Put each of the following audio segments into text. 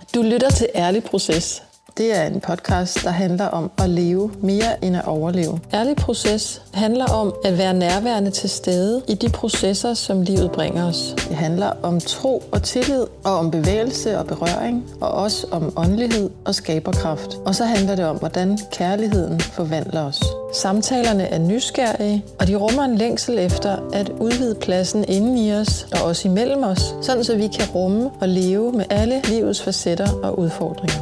Du lytter til Ærlig Proces. Det er en podcast, der handler om at leve mere end at overleve. Ærlig Proces handler om at være nærværende til stede i de processer, som livet bringer os. Det handler om tro og tillid, og om bevægelse og berøring, og også om åndelighed og skaberkraft. Og så handler det om, hvordan kærligheden forvandler os. Samtalerne er nysgerrige, og de rummer en længsel efter at udvide pladsen inden i os og også imellem os, sådan så vi kan rumme og leve med alle livets facetter og udfordringer.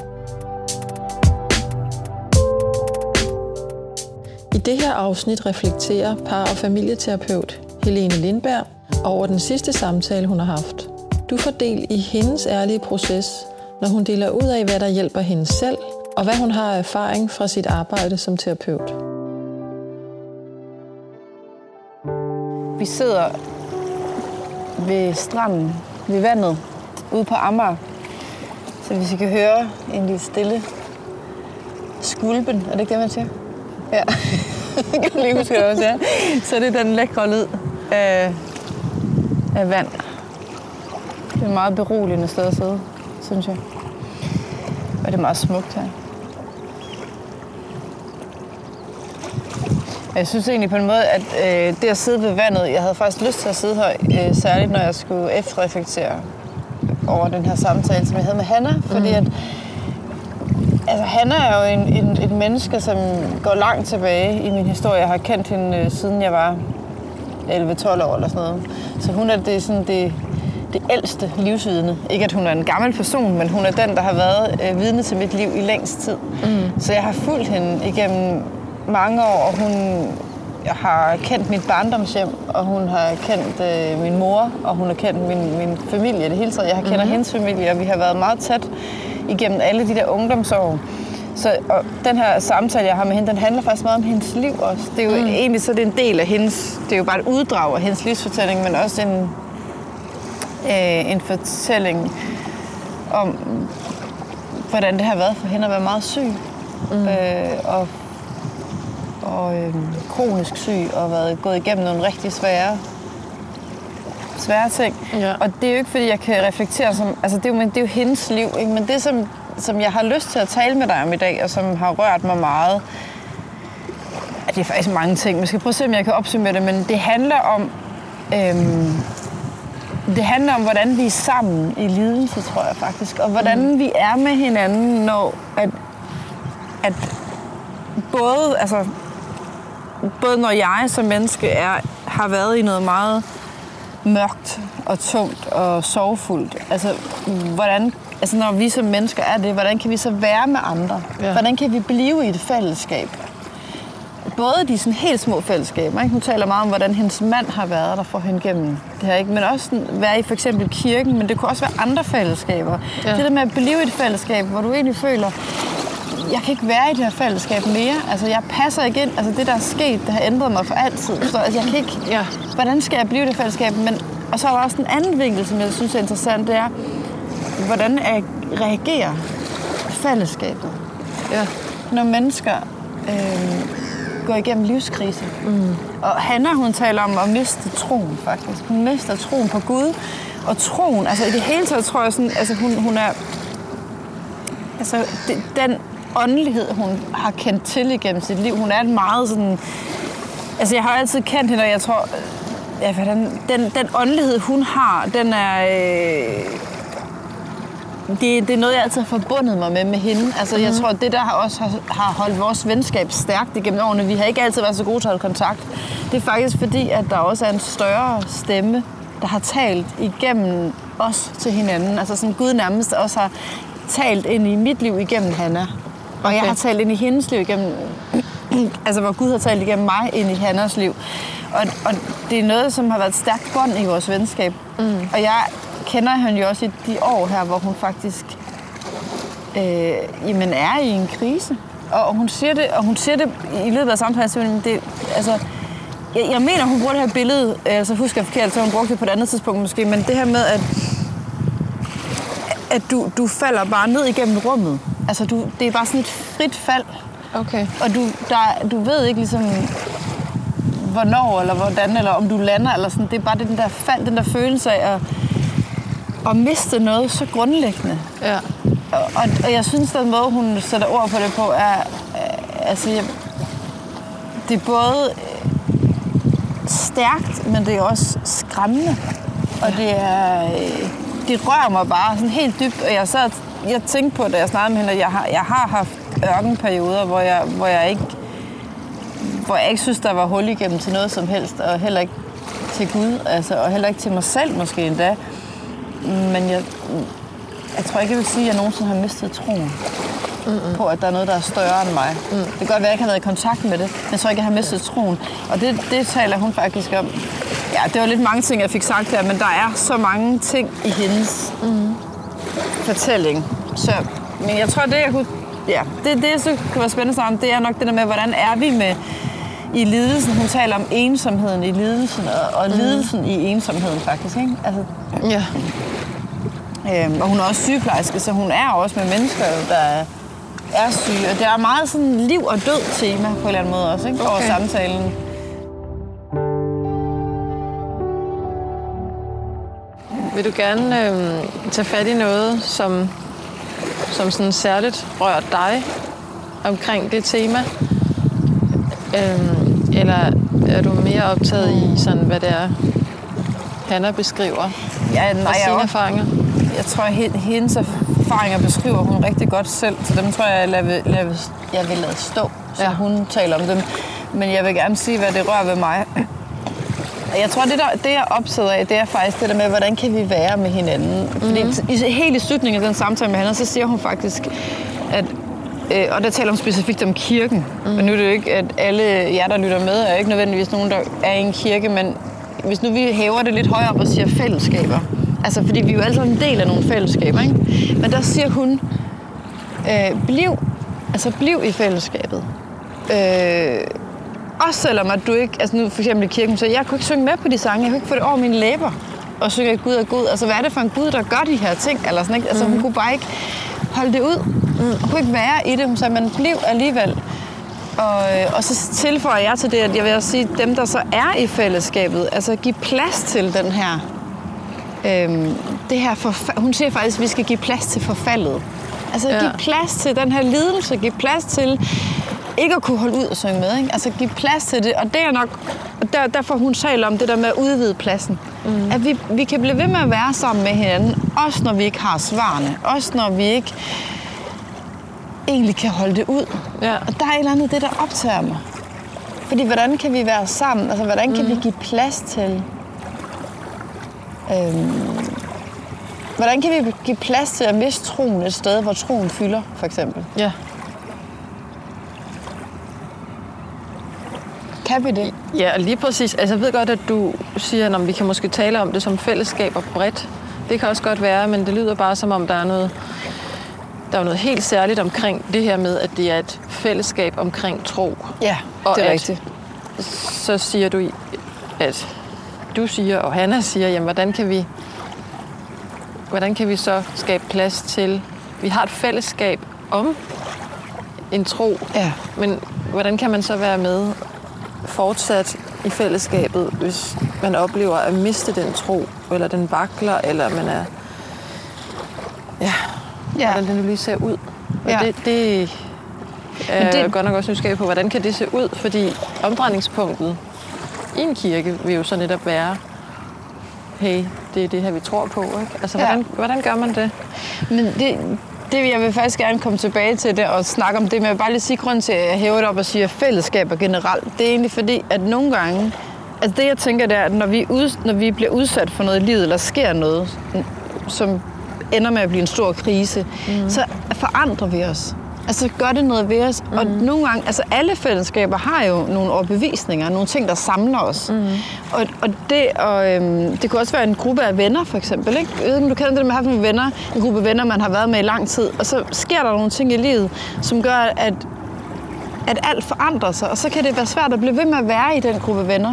I det her afsnit reflekterer par- og familieterapeut Helene Lindberg over den sidste samtale, hun har haft. Du får del i hendes ærlige proces, når hun deler ud af, hvad der hjælper hende selv, og hvad hun har af erfaring fra sit arbejde som terapeut. Vi sidder ved stranden, ved vandet, ude på Amager. Så hvis I kan høre en lille stille skvulpen, er det ikke det, man siger? Ja, jeg kan lige huske det også, ja. Så det er den lækre lyd af vand. Det er et meget beroligende sted at sidde, synes jeg. Og det er meget smukt her. Jeg synes egentlig på en måde, at det at sidde ved vandet, jeg havde faktisk lyst til at sidde her, særligt når jeg skulle efterreflektere over den her samtale, som jeg havde med Hanna, fordi at altså, Hanna er jo et menneske, som går langt tilbage i min historie. Jeg har kendt hende, siden jeg var 11-12 år eller sådan noget. Så hun er det ældste livsvidne. Ikke at hun er en gammel person, men hun er den, der har været vidne til mit liv i længst tid. Så jeg har fulgt hende igennem mange år, og hun har kendt mit barndomshjem, og hun har kendt min mor, og hun har kendt min familie det hele taget. Jeg kender hendes familie, og vi har været meget tæt igennem alle de der ungdomsår. Så og den her samtale, jeg har med hende, den handler faktisk meget om hendes liv også. Det er jo egentlig så det er en del af hendes, det er jo bare et uddrag af hendes livsfortælling, men også en fortælling om, hvordan det har været for hende at være meget syg. Og kronisk syg, og gået igennem nogle rigtig svære ting. Ja. Og det er jo ikke, fordi jeg kan reflektere som... Altså, det er jo hendes liv, ikke? Men det, som jeg har lyst til at tale med dig om i dag, og som har rørt mig meget, det er faktisk mange ting. Jeg skal prøve at se, om jeg kan opsummere det, men det handler om, hvordan vi er sammen i lidelse, tror jeg faktisk. Og hvordan vi er med hinanden, når at både når jeg som menneske har været i noget meget mørkt og tungt og sorgfuldt. Altså, når vi som mennesker er det, hvordan kan vi så være med andre? Ja. Hvordan kan vi blive i et fællesskab? Både de sådan helt små fællesskaber, ikke? Hun taler meget om, hvordan hendes mand har været der for hende gennem det her, ikke? Men også være i for eksempel kirken, men det kunne også være andre fællesskaber. Ja. Det der med at blive i et fællesskab, hvor du egentlig føler, jeg kan ikke være i det her fællesskab mere. Altså, jeg passer ikke ind. Altså, det, der er sket, det har ændret mig for altid. Så altså, jeg kan ikke... Ja. Hvordan skal jeg blive i det fællesskab? Og så er der også en anden vinkel, som jeg synes er interessant, det er, hvordan reagerer fællesskabet? Ja. Når mennesker går igennem livskrise. Og Hanna, hun taler om at miste troen, faktisk. Hun mister troen på Gud. Og troen, altså i det hele taget, tror jeg sådan, altså hun er... Altså, den åndelighed, hun har kendt til igennem sit liv, hun er en meget sådan... Altså, jeg har altid kendt hende, og jeg tror... Ja, den åndelighed, hun har, den er... Det er noget, jeg altid har forbundet mig med hende. Altså, jeg tror, det der også har holdt vores venskab stærkt igennem årene. Vi har ikke altid været så gode til at holde kontakt. Det er faktisk fordi, at der også er en større stemme, der har talt igennem os til hinanden. Altså, sådan Gud nærmest også har talt ind i mit liv igennem Hanna. Og jeg har talt ind i hendes liv igennem... altså, hvor Gud har talt igennem mig ind i Hannas liv. Og det er noget, som har været et stærkt bånd i vores venskab. Og jeg kender hende jo også i de år her, hvor hun faktisk er i en krise. Og hun siger det i løbet af samtalen. Jeg mener, hun bruger det her billede, altså husker jeg forkert, så hun brugte det på et andet tidspunkt måske, men det her med, at du falder bare ned igennem rummet. Altså, det er bare sådan et frit fald. Okay. Og du ved ikke ligesom, hvornår eller hvordan, eller om du lander, eller sådan. Det er bare den der fald, den der følelse af at miste noget så grundlæggende. Ja. Og jeg synes, den måde, hun sætter ord på det på, er... det er både stærkt, men det er også skræmmende. Og det rører mig bare sådan helt dybt. Og jeg tænkte på, da jeg snakkede med hende, at jeg har haft ørkenperioder, hvor jeg ikke synes, der var hul igennem til noget som helst, og heller ikke til Gud, og heller ikke til mig selv måske endda. Men jeg tror ikke, jeg vil sige, at jeg nogensinde har mistet troen på, at der er noget, der er større end mig. Det kan godt være, at jeg ikke har været i kontakt med det, men jeg tror ikke, jeg har mistet troen. Og det taler hun faktisk om. Ja, det var lidt mange ting, jeg fik sagt her, men der er så mange ting i hendes fortælling. Men jeg tror, det jeg synes kan være spændende om, det er nok det der med, hvordan er vi med i lidelsen. Hun taler om ensomheden i lidelsen, og lidelsen i ensomheden faktisk, ikke? Altså, ja. Og hun er også sygeplejerske, så hun er også med mennesker, der er syge. Og det er meget sådan liv og død tema på en eller anden måde også, ikke? Over samtalen. Vil du gerne tage fat i noget, som sådan særligt rører dig omkring det tema? Eller er du mere optaget i, sådan, hvad det er, Hanna beskriver? Ja, nej, sine erfaringer? Jeg tror, at hendes erfaringer beskriver hun rigtig godt selv, så dem tror jeg vil lade stå, så hun taler om dem. Men jeg vil gerne sige, hvad det rører ved mig. Jeg tror, det jeg er optaget af, det er faktisk det der med, hvordan kan vi være med hinanden. Fordi helt i slutningen af den samtale med hende, så siger hun faktisk, at og der taler hun specifikt om kirken. Og nu er det jo ikke, at alle jer, der lytter med, er ikke nødvendigvis nogen, der er i en kirke, men hvis nu vi hæver det lidt højere op og siger fællesskaber, altså fordi vi er jo alle sammen en del af nogle fællesskaber, ikke? Men der siger hun, bliv i fællesskabet. Også selvom at du ikke, altså nu for eksempel i kirken, så jeg kunne ikke synge med på de sange, jeg kunne ikke få det over mine læber og synge, at Gud er Gud. Altså hvad er det for en Gud, der gør de her ting? Eller sådan, ikke? Altså hun kunne bare ikke holde det ud. Hun kunne ikke være i det. Hun sagde, man blev alligevel. Og så tilføjer jeg til det, at jeg vil også sige, dem der så er i fællesskabet, altså give plads til den her, det her hun siger faktisk, at vi skal give plads til forfaldet. Altså give plads til den her lidelse, give plads til ikke at kunne holde ud og synge med, ikke? Altså give plads til det, og det er nok, derfor hun taler om det der med at udvide pladsen. At vi kan blive ved med at være sammen med hinanden, også når vi ikke har svarene, også når vi ikke egentlig kan holde det ud. Ja. Og der er et eller andet det, der optager mig. Fordi hvordan kan vi være sammen? Altså hvordan kan vi give plads til... hvordan kan vi give plads til at miste troen et sted, hvor troen fylder, for eksempel? Ja. Kan vi det? Ja, lige præcis. Altså, jeg ved godt, at du siger, at vi kan måske tale om det som fællesskaber bredt. Det kan også godt være, men det lyder bare som om, der er noget helt særligt omkring det her med, at det er et fællesskab omkring tro. Ja, det er rigtigt. Så siger du, at du siger, og Hanna siger, jamen, hvordan kan vi så skabe plads til... Vi har et fællesskab om en tro, men hvordan kan man så være med fortsat i fællesskabet, hvis man oplever at miste den tro, eller den vakler, eller man er... hvordan det nu lige ser ud. Og det er godt nok også nysgerrig på, hvordan kan det se ud, fordi omdrejningspunktet i en kirke vil jo så netop være, hey, det er det her, vi tror på, ikke? Altså, hvordan gør man det? Men det jeg vil faktisk gerne komme tilbage til det og snakke om det, men jeg vil bare lige sige, grunden til, at jeg hæver det op og siger fællesskaber generelt, det er egentlig fordi, at nogle gange, altså det jeg tænker, det er, at når vi bliver udsat for noget i livet, eller sker noget, som ender med at blive en stor krise, så forandrer vi os. Altså gør det noget ved os. Og nogle gange, altså alle fællesskaber har jo nogle overbevisninger, nogle ting, der samler os. Og det kunne også være en gruppe af venner, for eksempel. Ikke? Jeg ved ikke, om du kender det med at have venner, en gruppe venner, man har været med i lang tid. Og så sker der nogle ting i livet, som gør, at alt forandrer sig. Og så kan det være svært at blive ved med at være i den gruppe venner.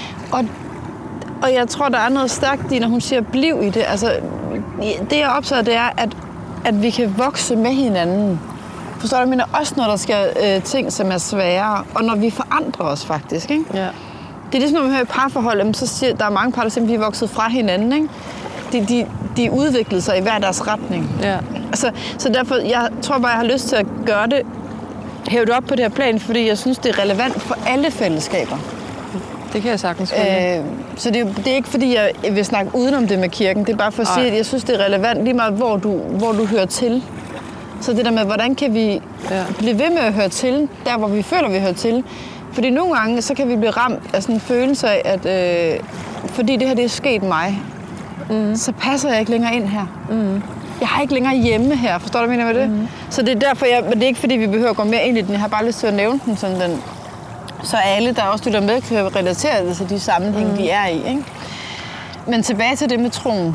Og jeg tror, der er noget stærkt i, når hun siger, bliv i det. Altså, det jeg optager, det er, at vi kan vokse med hinanden. Forstår du, men også når der sker ting, som er svære, og når vi forandrer os faktisk, ikke? Ja. Det er ligesom, når vi hører i parforhold, så siger der er mange par, der simpelthen er vokset fra hinanden, ikke? De udviklede sig i hver deres retning. Ja. Så derfor, jeg tror bare, jeg har lyst til at gøre det, hæve det op på det her plan, fordi jeg synes, det er relevant for alle fællesskaber. Det kan jeg sagtens så det er ikke, fordi jeg vil snakke udenom det med kirken. Det er bare for at sige, at jeg synes, det er relevant lige meget, hvor du hører til. Så det der med, hvordan kan vi blive ved med at høre til, der hvor vi føler, vi hører til. Fordi nogle gange, så kan vi blive ramt af sådan en følelse af, at fordi det her det er sket mig, så passer jeg ikke længere ind her. Jeg har ikke længere hjemme her. Forstår du, hvad jeg mener med det? Så det er derfor, men det er ikke, fordi vi behøver at gå mere ind i den. Jeg har bare lyst til at nævne den sådan den. Så alle, der også lytter med, kan relatere det til de sammenhænge, de er i. Ikke? Men tilbage til det med troen.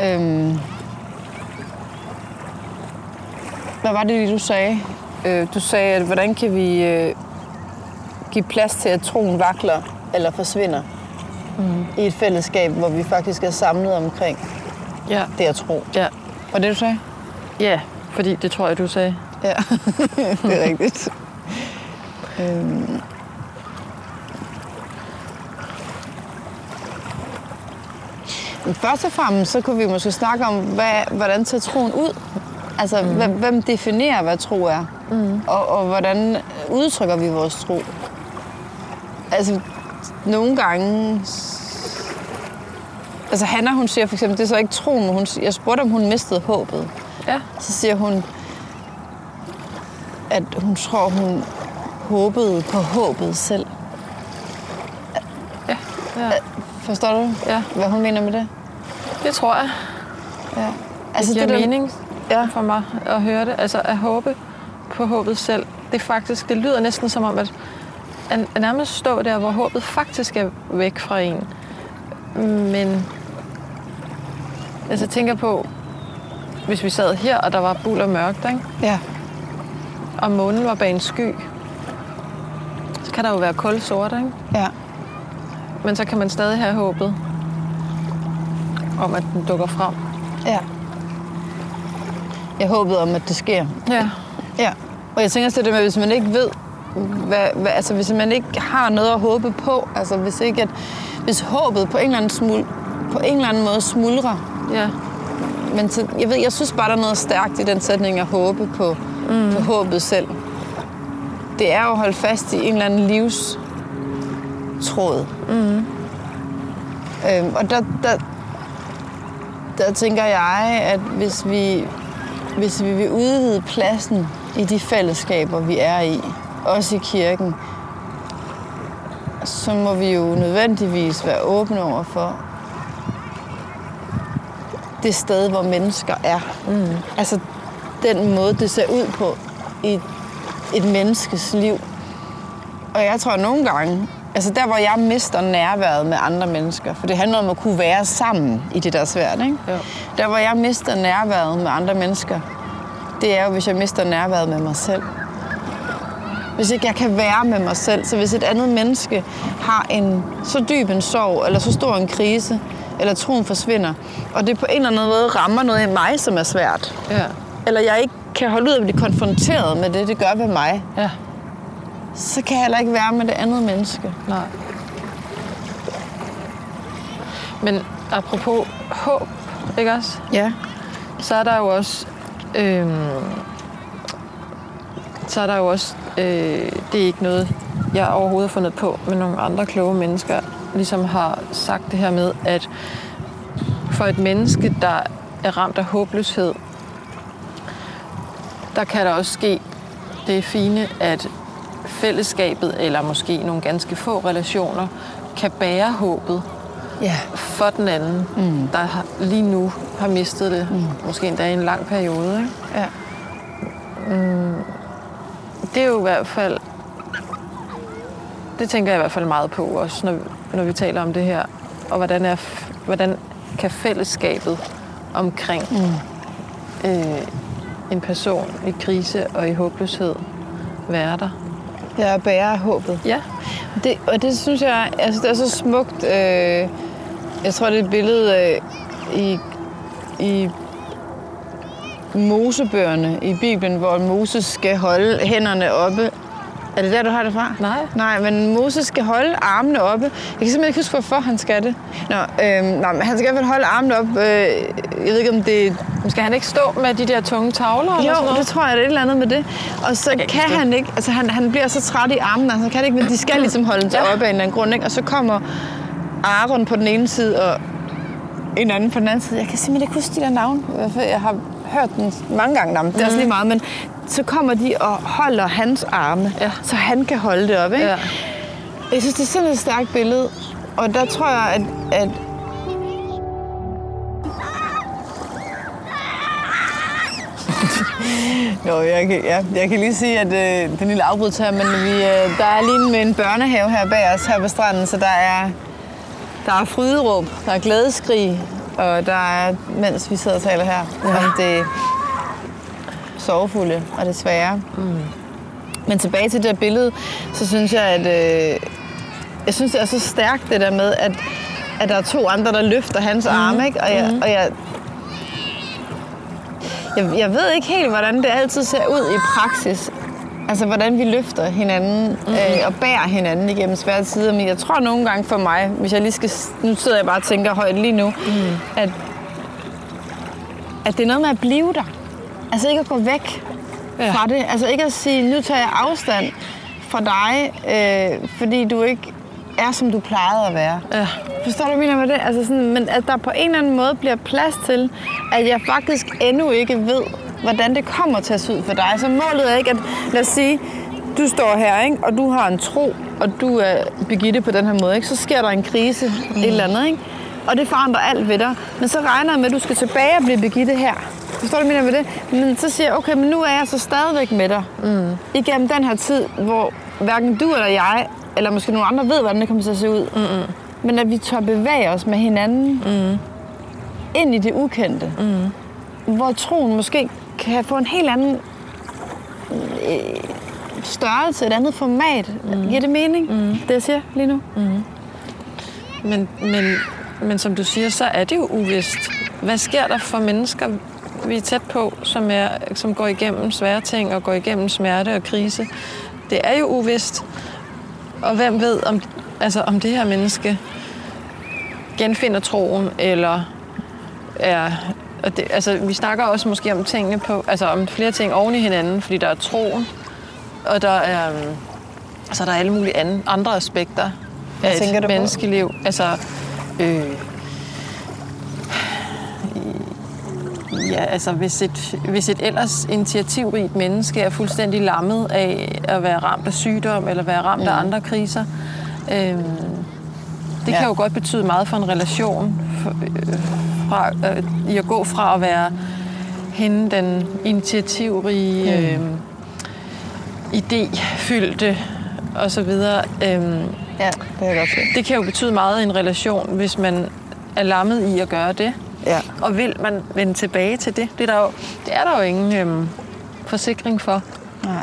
Hvad var det, du sagde? Du sagde, at hvordan kan vi give plads til, at troen vakler eller forsvinder i et fællesskab, hvor vi faktisk er samlet omkring det at tro. Ja. Var det, du sagde? Ja, fordi det tror jeg, du sagde. Ja, det er rigtigt. Men først og fremmest, så kunne vi måske snakke om, hvordan ser troen ud? Altså, hvem definerer, hvad tro er? Og hvordan udtrykker vi vores tro? Altså, nogle gange... Altså, Hanna, hun siger for eksempel, det er så ikke troen, men jeg spurgte, om hun mistede håbet. Ja. Så siger hun, at hun tror, hun håbede på håbet selv. Ja. Forstår du, hvad hun mener med det? Det tror jeg. Ja. Altså, det giver mening for mig at høre det. Altså, at håbe på håbet selv. Det faktisk, det lyder næsten som om, at nærmest stå der, hvor håbet faktisk er væk fra en. Men altså, jeg tænker på, hvis vi sad her, og der var bul og mørkt, ikke? Ja. Og månen var bag en sky, så kan der jo være kulsort, ikke? Ja. Men så kan man stadig have håbet om, at den dukker frem. Ja. Jeg håbede om, at det sker. Ja. Ja. Og jeg tænker også det med, hvis man ikke ved, altså hvis man ikke har noget at håbe på, altså hvis håbet på en eller anden måde smuldrer. Ja. Men jeg synes bare, der er noget stærkt i den sætning at håbe på håbet selv. Det er jo at holde fast i en eller anden livstråd. Og der tænker jeg, at hvis vi vil udvide pladsen i de fællesskaber, vi er i, også i kirken, så må vi jo nødvendigvis være åbne over for det sted, hvor mennesker er. Altså den måde, det ser ud på i et menneskes liv. Og jeg tror nogle gange, altså der, hvor jeg mister nærværet med andre mennesker, for det handler om at kunne være sammen i det, der er svært, ikke? Jo. Der, hvor jeg mister nærværet med andre mennesker, det er jo, hvis jeg mister nærværet med mig selv. Hvis ikke jeg kan være med mig selv, så hvis et andet menneske har en så dyb en sorg, eller så stor en krise, eller troen forsvinder, og det på en eller anden måde rammer noget i mig, som er svært, eller jeg ikke kan holde ud at blive konfronteret med det gør ved mig, så kan jeg heller ikke være med det andet menneske. Nej. Men apropos håb, ikke også? Ja. Så er der jo også... det er ikke noget, jeg overhovedet har fundet på, men nogle andre kloge mennesker ligesom har sagt det her med, at for et menneske, der er ramt af håbløshed, der kan der også ske det fine, at fællesskabet, eller måske nogle ganske få relationer, kan bære håbet for den anden, der lige nu har mistet det, måske endda i en lang periode. Ikke? Ja. Det er jo i hvert fald, det tænker jeg i hvert fald meget på også, når vi taler om det her, og hvordan kan fællesskabet omkring en person i krise og i håbløshed være der? Ja, at bære håbet. Ja. Og det synes jeg, altså det er så smukt. Jeg tror, det er et billede i Mosebøgerne i Bibelen, hvor Moses skal holde hænderne oppe Er det der, du har det fra? Nej, men Moses skal holde armene oppe. Jeg kan simpelthen ikke huske, hvorfor han skal det. Men han skal i hvert fald holde armene op. Jeg ved ikke, om det... Skal han ikke stå med de der tunge tavler? Jo, eller sådan noget? det tror jeg, det er et eller andet med det. Og så kan han ikke... Altså, han bliver så træt i armene, altså, han kan det ikke, men de skal ligesom holde sig oppe af en eller anden grund, ikke? Og så kommer Aaron på den ene side, og en anden på den anden side. Jeg kan simpelthen ikke huske de der navne. Jeg har hørt den mange gange navn. Det er også lige meget, men så kommer de og holder hans arme, så han kan holde det op, ikke? Ja. Jeg synes, det er sådan et stærkt billede, og der tror jeg, at Jo, jeg kan lige sige, at den lille afbrydelse her, men der er lige med en børnehave her bag os her på stranden, så der er fryderåb, der er glædeskrig, og der er, mens vi sidder og taler her, om det sorgfulde og det svære. Men tilbage til det her billede, så synes jeg, at jeg synes, det er så stærkt det der med, at der er to andre, der løfter hans arme, ikke? Og jeg ved ikke helt, hvordan det altid ser ud i praksis. Altså, hvordan vi løfter hinanden og bærer hinanden igennem svære tider. Men jeg tror nogle gange for mig, hvis jeg lige skal... Nu sidder jeg bare og tænker højt lige nu, at det er noget med at blive der. Altså ikke at gå væk fra det. Altså ikke at sige, nu tager jeg afstand fra dig, fordi du ikke er, som du plejede at være. Ja. Forstår du, hvad jeg mener med det? Altså sådan, men at der på en eller anden måde bliver plads til, at jeg faktisk endnu ikke ved, hvordan det kommer til at se ud for dig. Så målet er ikke, at lad os sige, du står her, ikke? Og du har en tro, og du er Birgitte på den her måde, ikke? Så sker der en krise, et eller andet, ikke? Og det forandrer alt ved dig. Men så regner jeg med, at du skal tilbage og blive Birgitte her. Forstår du, hvad jeg mener med det? Men så siger jeg, okay, men nu er jeg så stadigvæk med dig. Igennem den her tid, hvor hverken du eller jeg, eller måske nogle andre ved, hvordan det kommer til at se ud. Men at vi tør bevæge os med hinanden ind i det ukendte. Hvor troen måske kan få en helt anden størrelse, et andet format. Giver det mening, det jeg siger lige nu? Men som du siger, så er det jo uvist. Hvad sker der for mennesker, vi er tæt på, som går igennem svære ting og går igennem smerte og krise? Det er jo uvist. Og hvem ved, om det her menneske genfinder troen, eller er... vi snakker også måske om tingene på, om flere ting oven i hinanden, fordi der er troen, og der er, der er alle mulige andre aspekter af et menneskeliv. Hvis et ellers initiativrigt menneske er fuldstændig lammet af at være ramt af sygdom eller være ramt af andre kriser, det kan jo godt betyde meget for en relation, i at gå fra at være hende den initiativrige, idéfyldte og så videre. Det kan jeg godt se. Det kan jo betyde meget i en relation, hvis man er lammet i at gøre det. Ja. Og vil man vende tilbage til det? Det er der jo ingen forsikring for. Nej.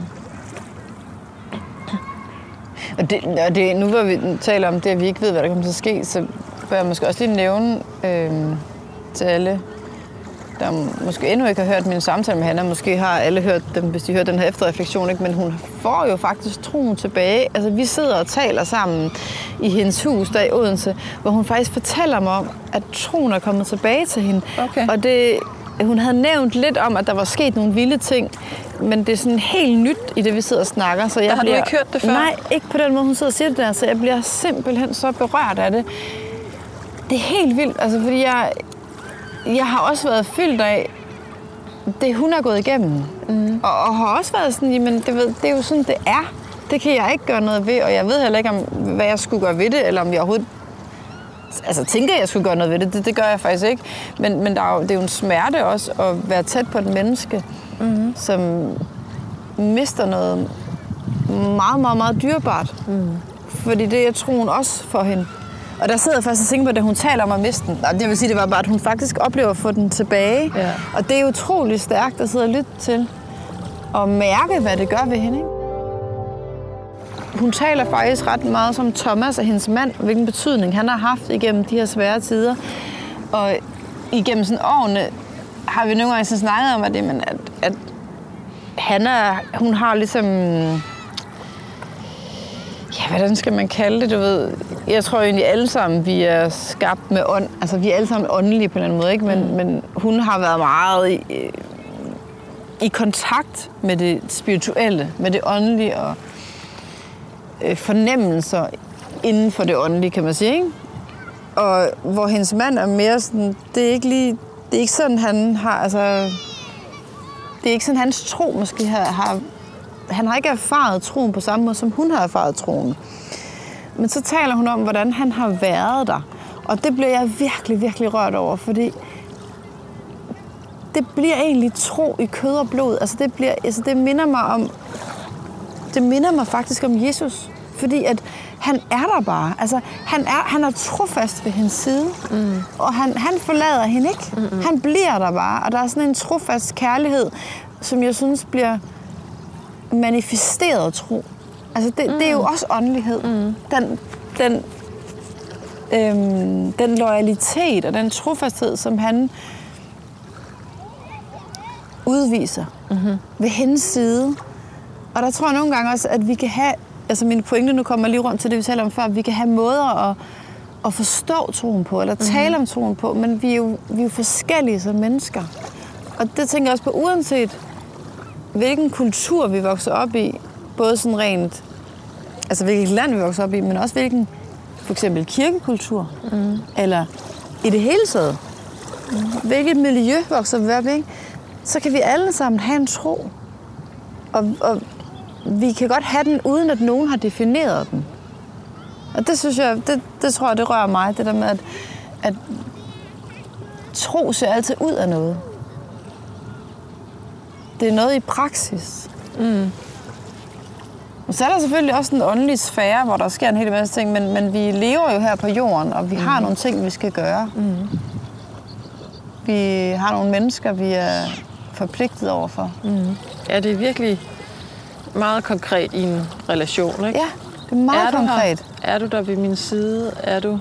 Og det, nu hvor vi taler om det, at vi ikke ved, hvad der kommer til at ske, så bør jeg måske også lige nævne til alle, der måske endnu ikke har hørt min samtale med Hanna. Måske har alle hørt dem, hvis de hører den her efterreflektion, ikke? Men hun får jo faktisk troen tilbage. Altså, vi sidder og taler sammen i hendes hus der i Odense, hvor hun faktisk fortæller mig om, at troen er kommet tilbage til hende. Okay. Og hun havde nævnt lidt om, at der var sket nogle vilde ting, men det er sådan helt nyt i det, vi sidder og snakker. Så har du ikke hørt det før? Nej, ikke på den måde, hun sidder og siger det der, så jeg bliver simpelthen så berørt af det. Det er helt vildt, altså, fordi jeg har også været fyldt af det, hun er gået igennem. Og har også været sådan, jamen, det er jo sådan, det er. Det kan jeg ikke gøre noget ved, og jeg ved heller ikke, hvad jeg skulle gøre ved det, eller om jeg overhovedet tænker, at jeg skulle gøre noget ved det. Det gør jeg faktisk ikke. Men det er jo en smerte også at være tæt på et menneske, som mister noget meget, meget, meget dyrebart. Fordi det er troen også for hende. Og der sidder jeg faktisk og tænker på, da hun taler om at miste den. Det vil sige, det var bare, at hun faktisk oplever at få den tilbage. Ja. Og det er utroligt stærkt at sidde og lytte til. Og mærke, hvad det gør ved hende. Ikke? Hun taler faktisk ret meget som Thomas og hendes mand, hvilken betydning han har haft igennem de her svære tider. Og igennem sådan årene har vi nogle gange snakket om, at Hanna, hun har ligesom Ja, hvordan skal man kalde det, du ved? Jeg tror egentlig alle sammen, vi er skabt med ånd. Altså, vi er alle sammen åndelige på en eller anden måde, ikke? Men hun har været meget i kontakt med det spirituelle, med det åndelige og fornemmelser inden for det åndelige, kan man sige, ikke? Og hvor hendes mand er mere sådan, det er ikke sådan, han har, altså, det er ikke sådan, hans tro måske han har ikke erfaret troen på samme måde, som hun har erfaret troen. Men så taler hun om, hvordan han har været der. Og det bliver jeg virkelig, virkelig rørt over, fordi det bliver egentlig tro i kød og blod. Altså det minder mig faktisk om Jesus. Fordi at han er der bare. Altså, han er trofast ved hendes side. Og han forlader hende ikke. Han bliver der bare. Og der er sådan en trofast kærlighed, som jeg synes bliver manifesteret tro. Altså, det er jo også åndelighed. Den loyalitet og den trofasthed, som han udviser ved hendes side. Og der tror jeg nogle gange også, at vi kan have, altså mine pointe, nu kommer jeg lige rundt til det, vi talte om før, vi kan have måder at forstå troen på, eller tale om troen på, men vi er jo forskellige som mennesker. Og det tænker jeg også på, uanset hvilken kultur vi vokser op i, både sådan rent, altså hvilket land vi vokser op i, men også hvilken, for eksempel kirkekultur, eller i det hele taget, hvilket miljø vokser vi op i, så kan vi alle sammen have en tro. Og vi kan godt have den, uden at nogen har defineret den. Og det synes jeg, det tror jeg, det rører mig, det der med, at tro ser altid ud af noget. Det er noget i praksis. Og så er der selvfølgelig også en åndelig sfære, hvor der sker en hel masse ting, men vi lever jo her på jorden, og vi har nogle ting, vi skal gøre. Vi har nogle mennesker, vi er forpligtet overfor. Ja, det er virkelig meget konkret i en relation, ikke? Ja, det er meget konkret. Er du der ved min side?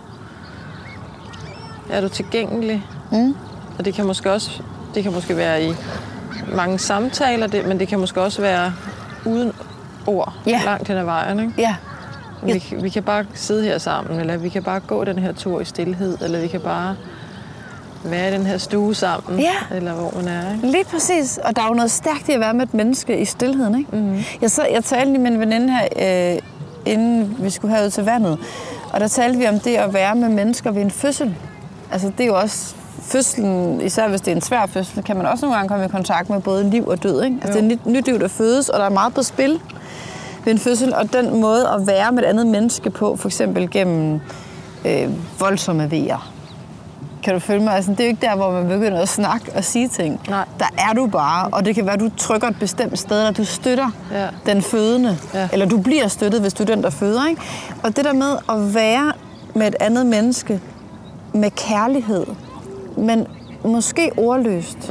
Er du tilgængelig? Og det kan måske være i mange samtaler, men det kan måske også være uden ord langt hen ad vejen, ikke? Ja. Vi kan bare sidde her sammen, eller vi kan bare gå den her tur i stilhed, eller vi kan bare være i den her stue sammen, eller hvor man er, ikke? Lige præcis. Og der er jo noget stærkt i at være med et menneske i stilheden, ikke? Jeg talte lige med en veninde her, inden vi skulle herud til vandet, og der talte vi om det at være med mennesker ved en fødsel. Altså det er jo også fødslen, især hvis det er en svær fødsel, kan man også nogle gange komme i kontakt med både liv og død, ikke? Altså det er et nyt liv, der fødes, og der er meget på spil ved en fødsel, og den måde at være med et andet menneske på, for eksempel gennem voldsomme vejer. Kan du følge mig? Altså, det er jo ikke der, hvor man begynder at snakke og sige ting. Nej. Der er du bare, og det kan være, at du trykker et bestemt sted, eller du støtter den fødende, eller du bliver støttet, hvis du er den, der føder, ikke? Og det der med at være med et andet menneske med kærlighed, men måske ordløst,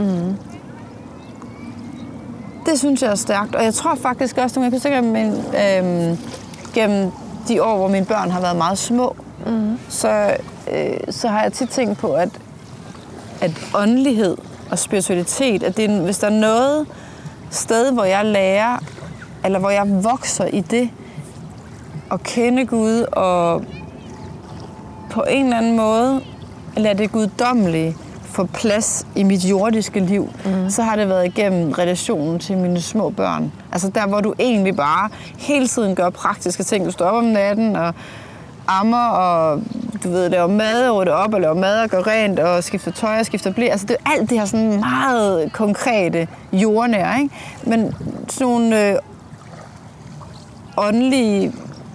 det synes jeg er stærkt. Og jeg tror faktisk også, at jeg kan gennem de år, hvor mine børn har været meget små, så har jeg tit tænkt på, at åndelighed og spiritualitet, at det er, hvis der er noget sted, hvor jeg lærer, eller hvor jeg vokser i det, at kende Gud, og på en eller anden måde lade det guddommelige få plads i mit jordiske liv, så har det været igennem relationen til mine små børn. Altså der, hvor du egentlig bare hele tiden gør praktiske ting. Du står op om natten og ammer, og du ved, laver mad og rydder op, og laver mad og gør rent, og skifter tøj og skifter ble. Altså det er alt det her sådan meget konkrete, jordnære, ikke? Men sådan nogle åndelige,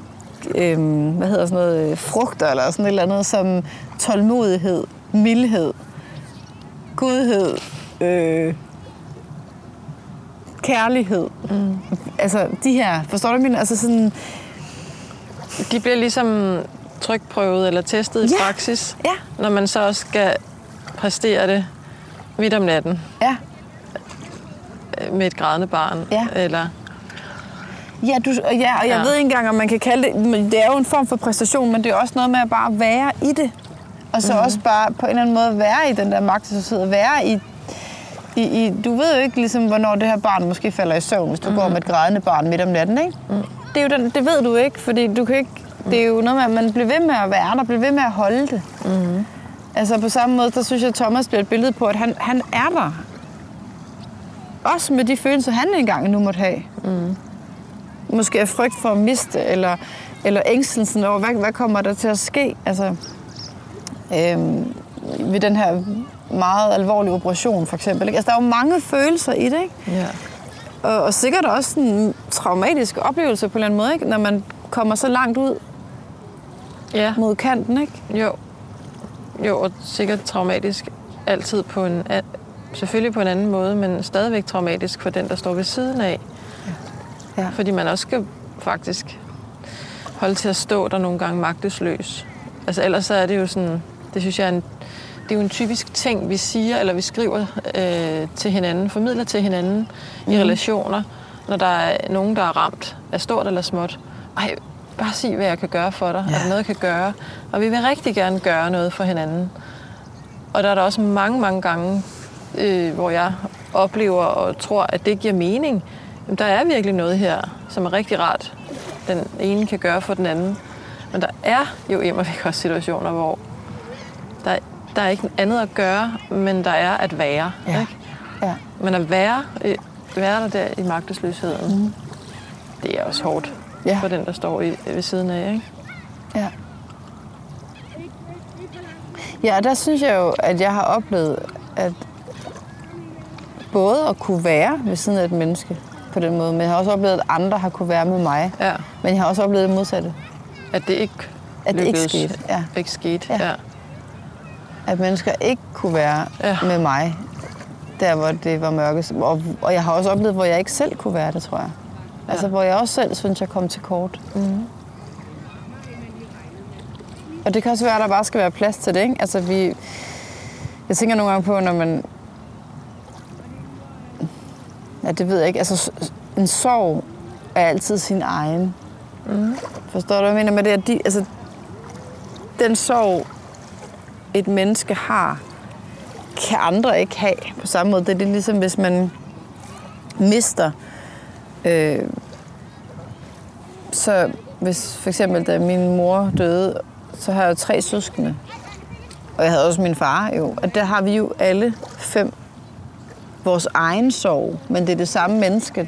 frugter eller sådan et eller andet, som tålmodighed, mildhed, godhed, kærlighed. Altså de her, forstår du min? Altså sådan, de bliver ligesom trykprøvet eller testet i praksis, når man så også skal præstere det midt om natten. Ja. Med et grædende barn. Ja. Eller... og jeg ved ikke engang, om man kan kalde det... Det er jo en form for præstation, men det er også noget med at bare være i det. Og så også bare på en eller anden måde være i den der magtesløshed. Være i... Du ved jo ikke, ligesom, hvornår det her barn måske falder i søvn, hvis du går med et grædende barn midt om natten, ikke? det er jo det ved du ikke, fordi du kan ikke... Det er jo noget med, at man bliver ved med at være der, bliver ved med at holde det. Mm. Altså på samme måde, der synes jeg, at Thomas bliver et billede på, at han er der. Også med de følelser, han engang nu måtte have. Mm. Måske er frygt for at miste, eller ængstelsen over, hvad kommer der til at ske? Altså, ved den her meget alvorlige operation, for eksempel. Ikke? Altså, der er jo mange følelser i det, ikke? Ja. Og sikkert også en traumatisk oplevelse på en eller anden måde, ikke? Når man kommer så langt ud mod kanten, ikke? Jo, og sikkert traumatisk altid selvfølgelig på en anden måde, men stadigvæk traumatisk for den, der står ved siden af. Ja. Fordi man også skal faktisk holde til at stå der nogle gange magtesløs. Altså ellers så er det jo sådan, det synes jeg det er jo en typisk ting, vi siger, eller vi skriver til hinanden, formidler til hinanden i relationer, når der er nogen, der er ramt af stort eller småt. Ej, bare sig, hvad jeg kan gøre for dig. Ja. Er der noget, jeg kan gøre? Og vi vil rigtig gerne gøre noget for hinanden. Og der er der også mange, mange gange, hvor jeg oplever og tror, at det giver mening. Jamen, der er virkelig noget her, som er rigtig rart, den ene kan gøre for den anden. Men der er jo immervæk også situationer, hvor der er ikke andet at gøre, men der er at være. Ja. Ikke? Ja. Men at være der i magtesløsheden, det er også hårdt for den, der står ved siden af. Ikke? Ja. Ja, der synes jeg jo, at jeg har oplevet, at både at kunne være ved siden af et menneske på den måde, men jeg har også oplevet, at andre har kunne være med mig. Ja. Men jeg har også oplevet det modsatte. At det ikke skete. Ja. Ikke skete, ja. At mennesker ikke kunne være med mig, der hvor det var mørkest. Og jeg har også oplevet, hvor jeg ikke selv kunne være det, tror jeg. Ja. Altså, hvor jeg også selv synes, jeg kom til kort. Mm. Og det kan også være, at der bare skal være plads til det, ikke? Altså, jeg tænker nogle gange på, når man... Ja, det ved jeg ikke. Altså, en sorg er altid sin egen. Mm. Forstår du, hvad jeg mener med det? Altså, den sorg, et menneske har, kan andre ikke have på samme måde. Det er ligesom, hvis man mister... så hvis for eksempel, da min mor døde, så har jeg jo 3 søskende. Og jeg havde også min far jo. Og der har vi jo alle 5 vores egen sorg. Men det er det samme menneske,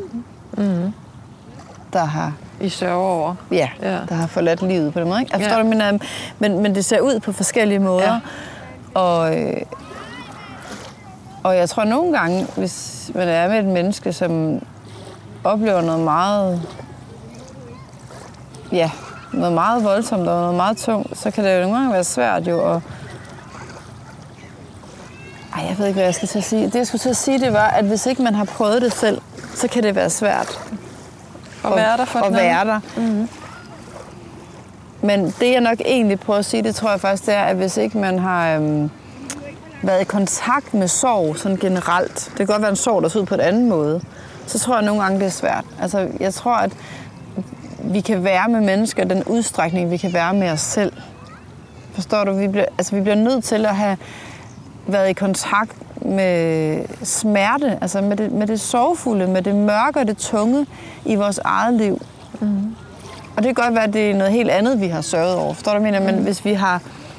der har... I sørger over. Ja, der har forladt livet på den måde. Ikke? Jeg forstår det, men det ser ud på forskellige måder. Ja. Og jeg tror nogle gange, hvis man er med et menneske, som oplever noget meget... Ja, noget meget voldsomt og noget meget tungt, så kan det jo nogle gange være svært jo at... Ej, jeg ved ikke, hvad jeg skal til at sige. Det, jeg skulle til at sige, det var, at hvis ikke man har prøvet det selv, så kan det være svært at være der for den anden. Være der. Mm-hmm. Men det, jeg nok egentlig prøver at sige, det tror jeg faktisk, det er, at hvis ikke man har været i kontakt med sorg sådan generelt, det kan godt være en sorg, der ser ud på en anden måde, så tror jeg nogle gange, det er svært. Altså, jeg tror, at vi kan være med mennesker den udstrækning, vi kan være med os selv. Forstår du? Vi bliver nødt til at have været i kontakt med smerte, altså med det sorgfulde, med det mørke og det tunge i vores eget liv. Mm. Og det kan godt være, at det er noget helt andet, vi har sørget over. Forstår du, hvad jeg mener? Men hvis vi har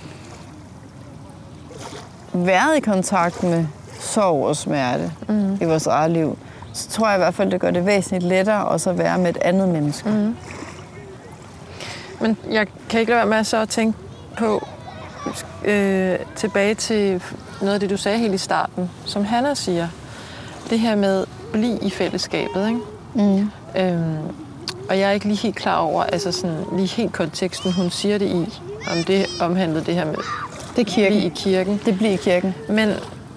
været i kontakt med sorg og smerte i vores eget liv, så tror jeg i hvert fald, det gør det væsentligt lettere også at være med et andet menneske. Mm. Men jeg kan ikke lade være med så at tænke på tilbage til noget af det, du sagde helt i starten, som Hanna siger. Det her med blive i fællesskabet, ikke? Mm. Og jeg er ikke lige helt klar over, altså sådan lige helt konteksten, hun siger det i, om det omhandlede det her med det er kirken. Blive i kirken. Det bliver i kirken. Men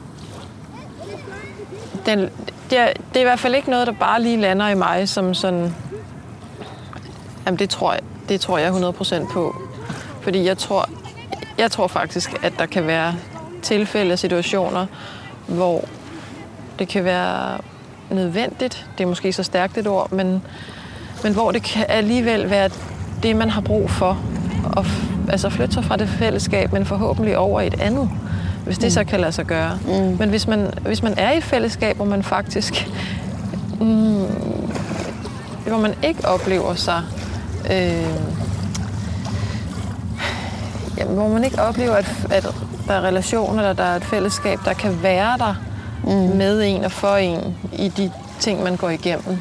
det er i hvert fald ikke noget, der bare lige lander i mig som sådan... Jamen det tror jeg 100% på. Fordi jeg tror faktisk, at der kan være tilfælde og situationer, hvor det kan være nødvendigt, det er måske så stærkt et ord, men hvor det kan alligevel være det, man har brug for. Altså flytte sig fra det fællesskab, men forhåbentlig over i et andet, hvis det så kan lade sig gøre. Mm. Men hvis man er i fællesskab, hvor man faktisk hvor man ikke oplever sig, hvor man ikke oplever, at der er relationer, eller der er et fællesskab, der kan være der med en og for en i de ting, man går igennem,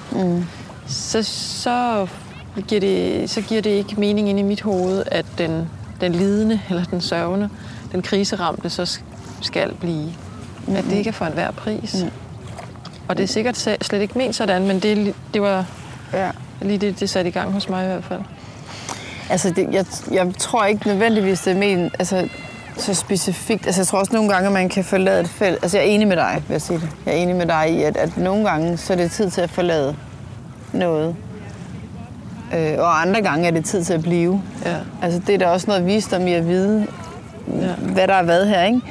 så giver det ikke mening inde i mit hoved, at den lidende eller den sørgende, den kriseramte, så skal blive. At det ikke er for enhver pris. Og det er sikkert slet ikke ment sådan, men det var lige det satte i gang hos mig i hvert fald. Altså, jeg tror ikke nødvendigvis, det er ment så specifikt. Altså, jeg tror også nogle gange, at man kan forlade et felt. Altså, jeg er enig med dig, vil jeg sige det. Jeg er enig med dig i, at nogle gange, så er det tid til at forlade noget. Og andre gange er det tid til at blive. Ja. Altså, det er da også noget visdom i at vide, hvad der er hvad her, ikke?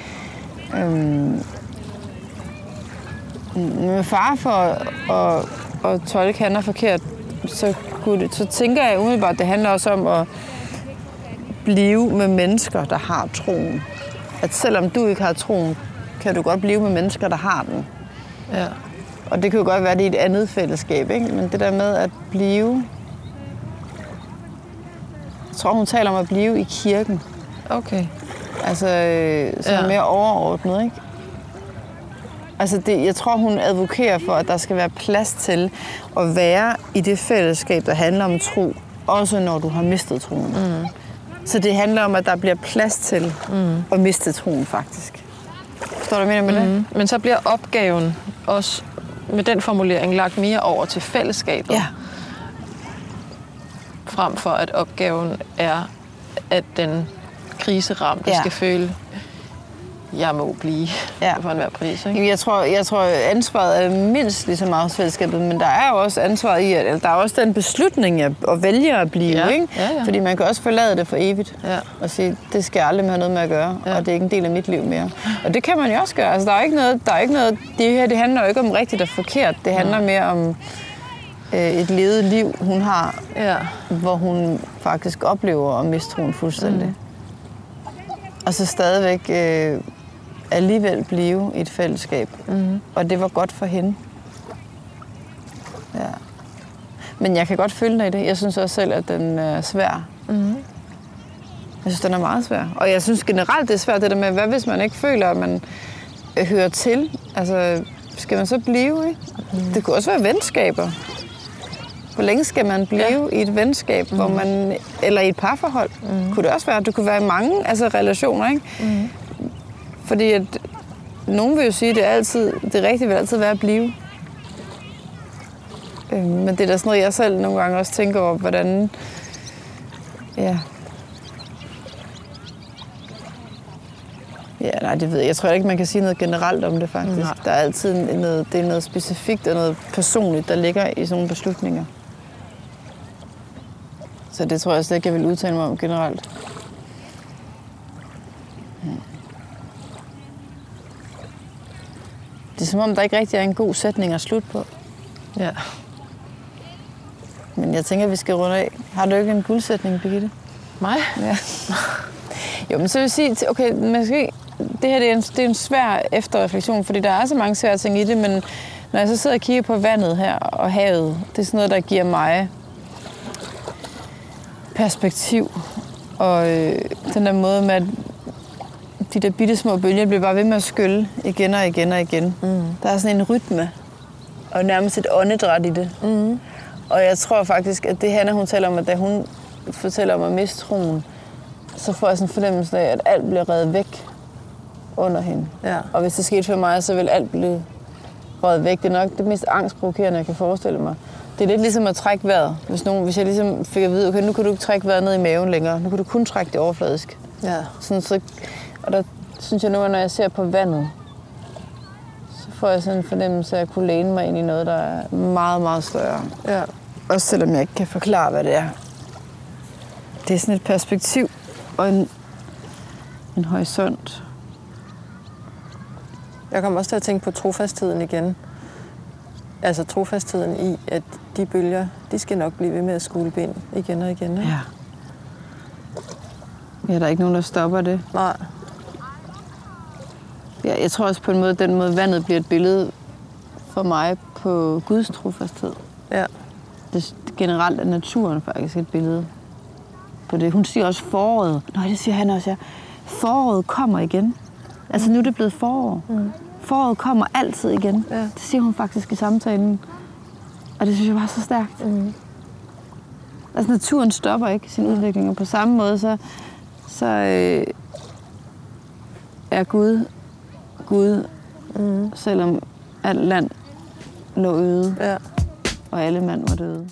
Med far for at tolke han er forkert, så tænker jeg umiddelbart, at det handler også om at blive med mennesker, der har troen. At selvom du ikke har troen, kan du godt blive med mennesker, der har den. Ja. Og det kan jo godt være, det er et andet fællesskab, ikke? Men det der med at blive... Jeg tror, hun taler om at blive i kirken. Okay. Altså, så mere overordnet, ikke? Altså, jeg tror, hun advokerer for, at der skal være plads til at være i det fællesskab, der handler om tro. Også når du har mistet troen. Så det handler om, at der bliver plads til at miste troen, faktisk. Forstår du, hvad jeg mener med det? Men så bliver opgaven også med den formulering lagt mere over til fællesskabet. Ja. Frem for, at opgaven er, at den kriseramte skal føle, jeg må blive for enhver pris. Ikke? Jeg tror, ansvaret er mindst lige så meget hos fællesskabet, men der er jo også ansvaret i, at der er også den beslutning at vælge at blive, ikke? Ja. Fordi man kan også forlade det for evigt og sige, det skal jeg aldrig have noget med at gøre, og det er ikke en del af mit liv mere. Og det kan man jo også gøre. Altså, der er ikke noget, det her, det handler jo ikke om rigtigt og forkert. Det handler mere om et levet liv, hun har, hvor hun faktisk oplever at miste troen fuldstændig. Og så stadigvæk alligevel blive i et fællesskab. Og det var godt for hende. Ja. Men jeg kan godt følge dig i det. Jeg synes også selv, at den er svær. Jeg synes, den er meget svær. Og jeg synes generelt, det er svært det der med, hvad hvis man ikke føler, at man hører til? Altså, skal man så blive, ikke? Det kunne også være venskaber. Hvor længe skal man blive i et venskab, hvor man, eller i et parforhold? Kunne det også være, at du kunne være i mange relationer, ikke? Fordi at nogen vil jo sige, at det rigtige vil altid være at blive. Men det er da sådan noget, jeg selv nogle gange også tænker over, hvordan... Ja, nej, det ved jeg. Jeg tror ikke, man kan sige noget generelt om det, faktisk. Nej. Der er altid det er noget specifikt og noget personligt, der ligger i sådan nogle beslutninger. Så det tror jeg slet ikke, jeg vil udtale mig om generelt. Det er som om, der ikke rigtig er en god sætning at slutte på. Ja. Men jeg tænker, vi skal runde af. Har du ikke en guldsætning, Birgitte? Mig? Ja. Jo, men så vil jeg sige, okay, måske, det her det er en svær efterreflektion, fordi der er så mange svære ting i det, men når jeg så sidder og kigger på vandet her og havet, det er sådan noget, der giver mig perspektiv. Og den der måde med, at de der bitte små bølger bliver bare ved med at skylle igen og igen og igen. Der er sådan en rytme, og nærmest et åndedræt i det. Og jeg tror faktisk, at det Hanna, hun taler om, at da hun fortæller om at miste troen, så får jeg sådan en fornemmelse af, at alt bliver revet væk under hende. Ja. Og hvis det skete for mig, så vil alt blive revet væk. Det er nok det mest angstprovokerende, jeg kan forestille mig. Det er lidt ligesom at trække vejret. Hvis jeg ligesom fik at vide, okay, nu kan du ikke trække vejret ned i maven længere. Nu kan du kun trække det overfladisk. Ja. Og der synes jeg nu, når jeg ser på vandet, så får jeg sådan en fornemmelse af at kunne læne mig ind i noget, der er meget, meget større. Ja. Også selvom jeg ikke kan forklare, hvad det er. Det er sådan et perspektiv og en horisont. Jeg kommer også til at tænke på trofastheden igen. Altså trofastheden i, at de bølger, de skal nok blive ved med at skulpe ind igen og igen. Ikke? Ja, der er ikke nogen, der stopper det. Nej. Ja, jeg tror også på en måde, den måde vandet bliver et billede for mig på Guds trofasthed. Ja. det generelt er naturen faktisk et billede på det. Hun siger også foråret. Nej, det siger han også, ja. Foråret kommer igen. Altså nu er det blevet forår. Foråret kommer altid igen. Ja. Det siger hun faktisk i samtalen. Og det synes jeg var så stærkt. Altså naturen stopper ikke sin udvikling, og på samme måde så er Gud, selvom alt land lå øde, og alle mand var døde.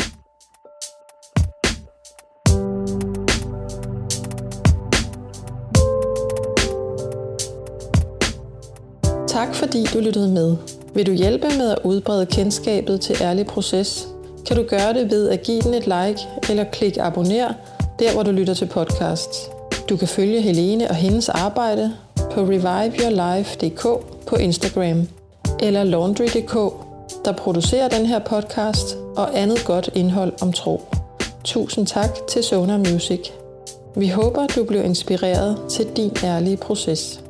Tak fordi du lyttede med. Vil du hjælpe med at udbrede kendskabet til Ærlig Proces, kan du gøre det ved at give den et like eller klikke abonner, der hvor du lytter til podcasts. Du kan følge Helene og hendes arbejde på reviveyourlife.dk på Instagram, eller laundry.dk, der producerer den her podcast og andet godt indhold om tro. Tusind tak til Sonar Music. Vi håber, du blev inspireret til din ærlige proces.